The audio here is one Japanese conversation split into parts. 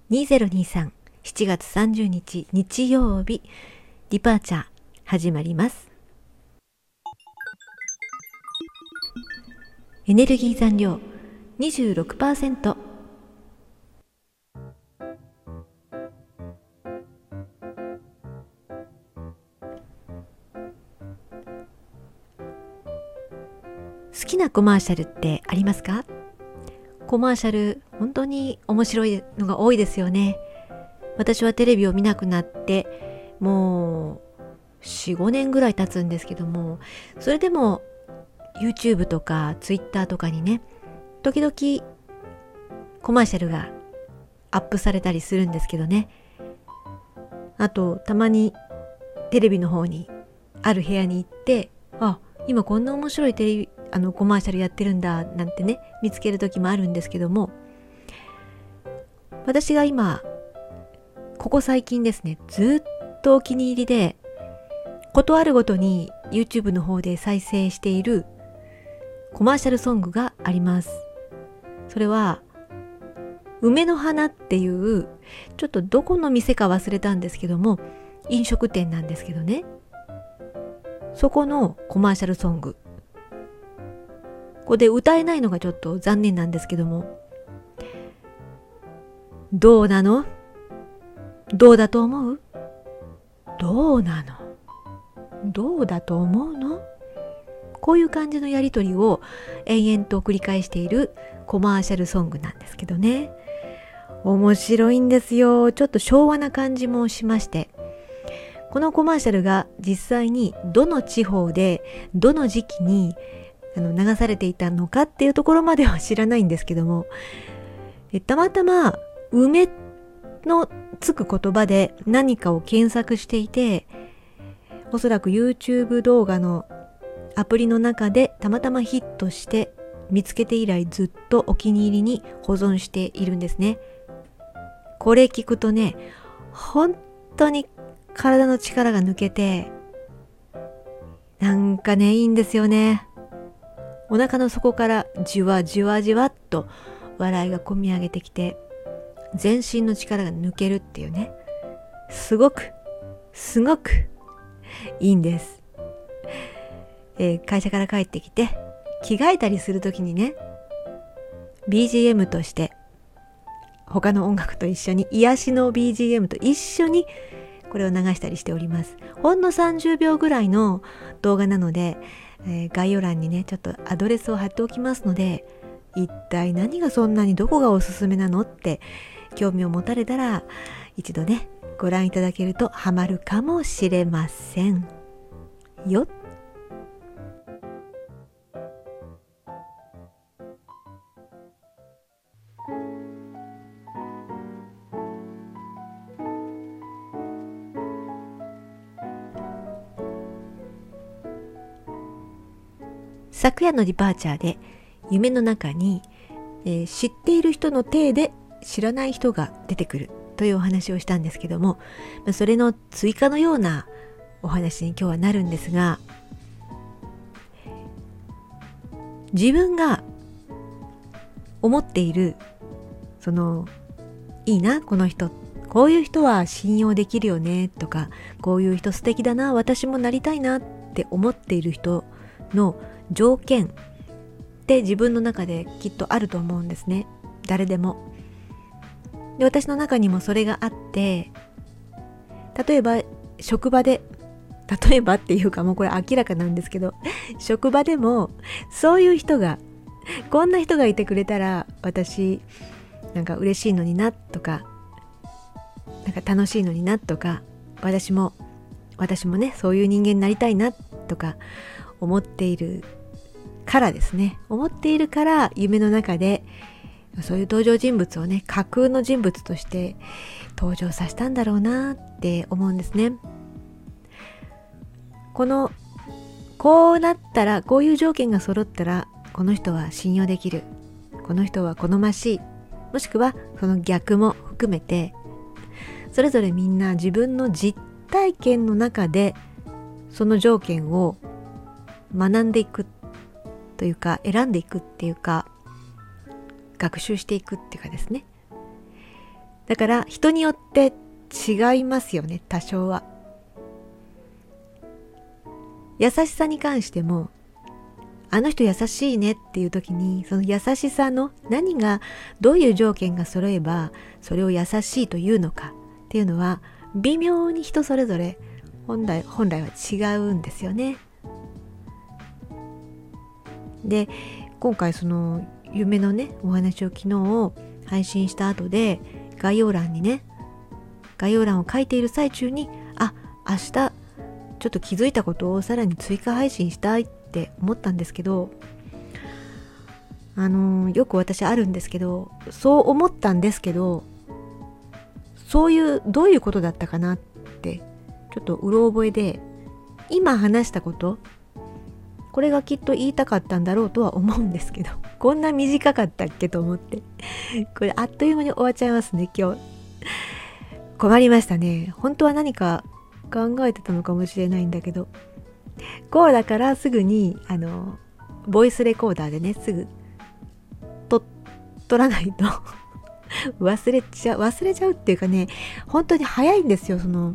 2023 7月30日日曜日、ディパーチャー始まります。エネルギー残量 26%。 好きなコマーシャルってありますか？コマーシャル本当に面白いのが多いですよね。私はテレビを見なくなってもう 4,5 年ぐらい経つんですけども、それでも YouTube とか Twitter とかにね、時々コマーシャルがアップされたりするんですけどね。あとたまにテレビの方にある部屋に行って、今こんな面白いテレビコマーシャルやってるんだなんてね、見つける時もあるんですけども、私が今ここ最近ですね、ずっとお気に入りで、ことあるごとに YouTube の方で再生しているコマーシャルソングがあります。それは梅の花っていう、ちょっとどこの店か忘れたんですけども、飲食店なんですけどね、そこのコマーシャルソング、ここで歌えないのがちょっと残念なんですけども、どうなの？どうだと思う？どうなの？どうだと思うの？こういう感じのやりとりを延々と繰り返しているコマーシャルソングなんですけどね。面白いんですよ。ちょっと昭和な感じもしまして。このコマーシャルが実際にどの地方でどの時期に流されていたのかっていうところまでは知らないんですけども、たまたま梅のつく言葉で何かを検索していて、おそらく YouTube 動画のアプリの中でたまたまヒットして見つけて以来、ずっとお気に入りに保存しているんですね。これ聞くとね、本当に体の力が抜けて、なんかね、いいんですよね。お腹の底からじわじわじわっと笑いがこみ上げてきて、全身の力が抜けるっていうね、すごくいいんです。会社から帰ってきて着替えたりするときにね、 BGM として他の音楽と一緒に、癒しの BGM と一緒にこれを流したりしております。ほんの30秒ぐらいの動画なので、概要欄にねちょっとアドレスを貼っておきますので、一体何がそんなに、どこがおすすめなのって興味を持たれたら一度ねご覧いただけるとハマるかもしれませんよ。昨夜のディパーチャーで夢の中に、知っている人の体で知らない人が出てくるというお話をしたんですけども、それの追加のようなお話に今日はなるんですが、自分が思っている、いいなこの人、こういう人は信用できるよねとか、こういう人素敵だな、私もなりたいなって思っている人の条件って自分の中できっとあると思うんですね。誰でも。で、私の中にもそれがあって、例えば職場で、例えばっていうかもうこれ明らかなんですけど、職場でもそういう人が、こんな人がいてくれたら私なんか嬉しいのになとか、なんか楽しいのになとか、私もねそういう人間になりたいなとか思っているからですね、思っているから夢の中でそういう登場人物をね、架空の人物として登場させたんだろうなって思うんですね。こうなったら、こういう条件が揃ったら、この人は信用できる、この人は好ましい、もしくはその逆も含めて、それぞれみんな自分の実体験の中でその条件を学んでいくというか、選んでいくっていうか、学習していくっていうかですね。 だから人によって違いますよね、多少は。優しさに関しても、あの人優しいねっていう時に、その優しさの何が、どういう条件が揃えばそれを優しいというのかっていうのは微妙に人それぞれ本来は違うんですよね。で、今回その夢のねお話を昨日配信した後で概要欄を書いている最中に、明日ちょっと気づいたことをさらに追加配信したいって思ったんですけど、よく私あるんですけど、そう思ったんですけど、どういうことだったかなってちょっとうろ覚えで、今話したことこれがきっと言いたかったんだろうとは思うんですけど、こんな短かったっけと思ってこれあっという間に終わっちゃいますね。今日困りましたね。本当は何か考えてたのかもしれないんだけど、こうだからすぐにボイスレコーダーでね、すぐ撮らないと忘れちゃうっていうかね、本当に早いんですよ。その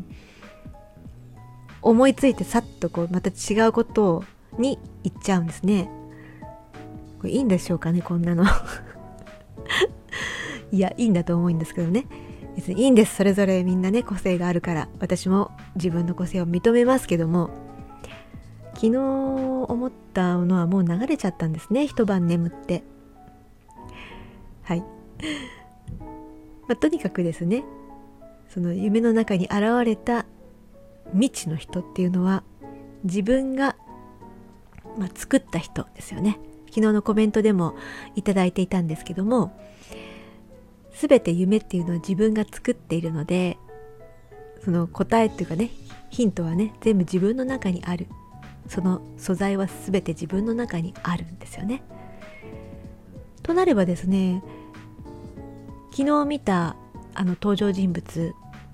思いついてさっとまた違うことに行っちゃうんですね。これいいんでしょうかね、こんなのいや、いいんだと思うんですけどね。別にいいんです。それぞれみんなね個性があるから、私も自分の個性を認めますけども、昨日思ったのはもう流れちゃったんですね。一晩眠って。はい。とにかくですね、その夢の中に現れた未知の人っていうのは自分が、作った人ですよね。昨日のコメントでもいただいていたんですけども、すべて夢っていうのは自分が作っているので、その答えっていうかね、ヒントはね、全部自分の中にある。その素材はすべて自分の中にあるんですよね。となればですね、昨日見た登場人物、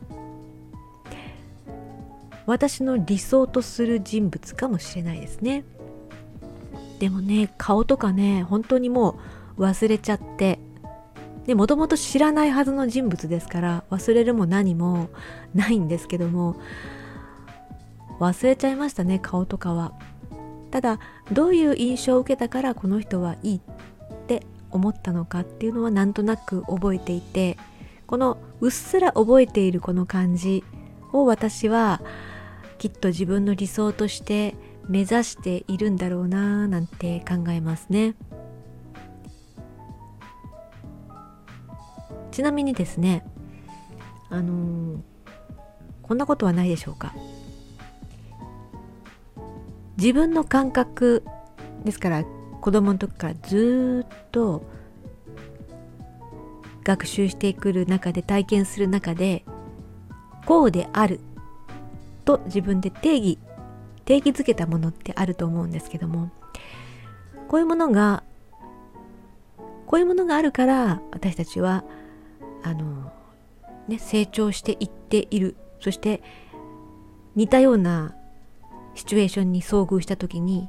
私の理想とする人物かもしれないですね。でもね、顔とかね、本当にもう忘れちゃって、でもともと知らないはずの人物ですから忘れるも何もないんですけども、忘れちゃいましたね、顔とかは。ただどういう印象を受けたからこの人はいいって思ったのかっていうのはなんとなく覚えていて、このうっすら覚えているこの感じを私はきっと自分の理想として目指しているんだろうななんて考えますね。ちなみにですね、こんなことはないでしょうか。自分の感覚ですから、子供の時からずっと学習してくる中で、体験する中で、こうであると自分で定義づけたものってあると思うんですけども、こういうものがあるから私たちは成長していっている。そして似たようなシチュエーションに遭遇した時に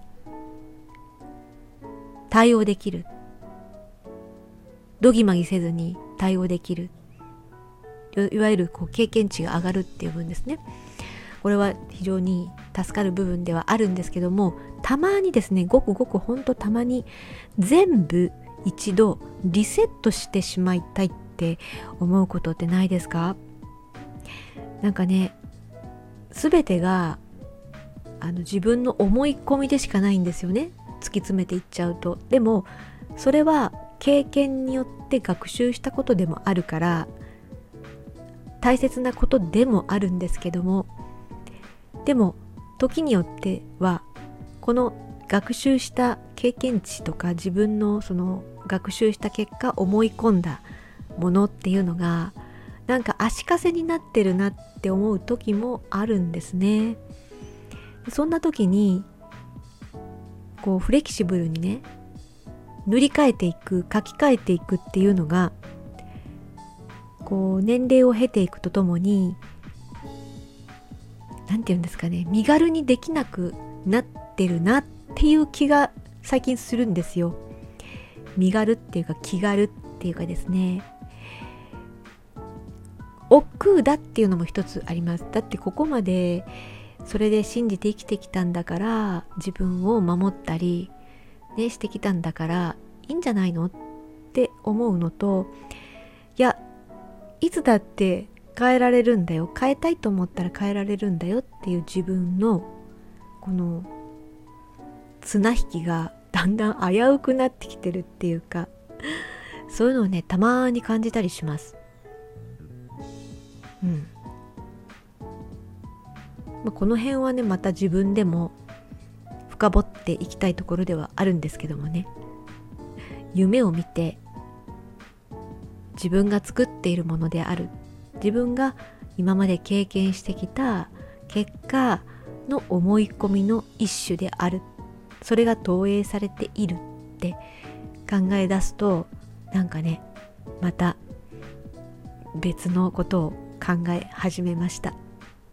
対応できる、どぎまぎせずに対応できる、いわゆる経験値が上がるっていう部分ですね。これは非常に助かる部分ではあるんですけども、たまにですね、ごくごくほんとたまに全部一度リセットしてしまいたいって思うことってないですか？なんかね、全てが自分の思い込みでしかないんですよね、突き詰めていっちゃうと。でもそれは経験によって学習したことでもあるから大切なことでもあるんですけども、でも時によってはこの学習した経験値とか自分のその学習した結果思い込んだものっていうのがなんか足かせになってるなって思う時もあるんですね。そんな時にフレキシブルにね、塗り替えていく、書き換えていくっていうのが年齢を経ていくとともに、なんていうんですかね、身軽にできなくなってるなっていう気が最近するんですよ。身軽っていうか気軽っていうかですね、 億劫だっていうのも一つあります。だってここまでそれで信じて生きてきたんだから、自分を守ったり、ね、してきたんだからいいんじゃないのって思うのと、いや、いつだって変えられるんだよ、変えたいと思ったら変えられるんだよっていう自分のこの綱引きがだんだん危うくなってきてるっていうか、そういうのをね、たまに感じたりします。この辺はね、また自分でも深掘っていきたいところではあるんですけどもね、夢を見て自分が作っているものである、自分が今まで経験してきた結果の思い込みの一種である、それが投影されているって考え出すと、なんかね、また別のことを考え始めました。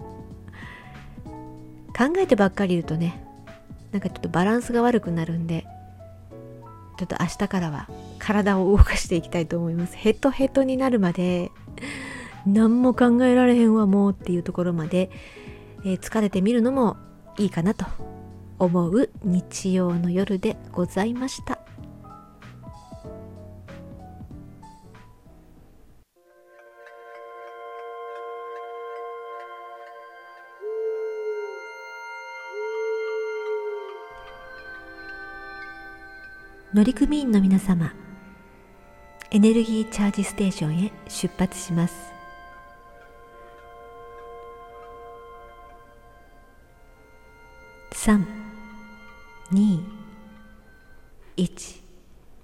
考えてばっかりいるとね、なんかちょっとバランスが悪くなるんで、ちょっと明日からは体を動かしていきたいと思います。ヘトヘトになるまで何も考えられへんわもうっていうところまで、疲れてみるのもいいかなと思う日曜の夜でございました。乗組員の皆様、エネルギーチャージステーションへ出発します。3、2、1。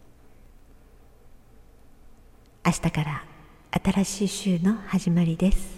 明日から新しい週の始まりです。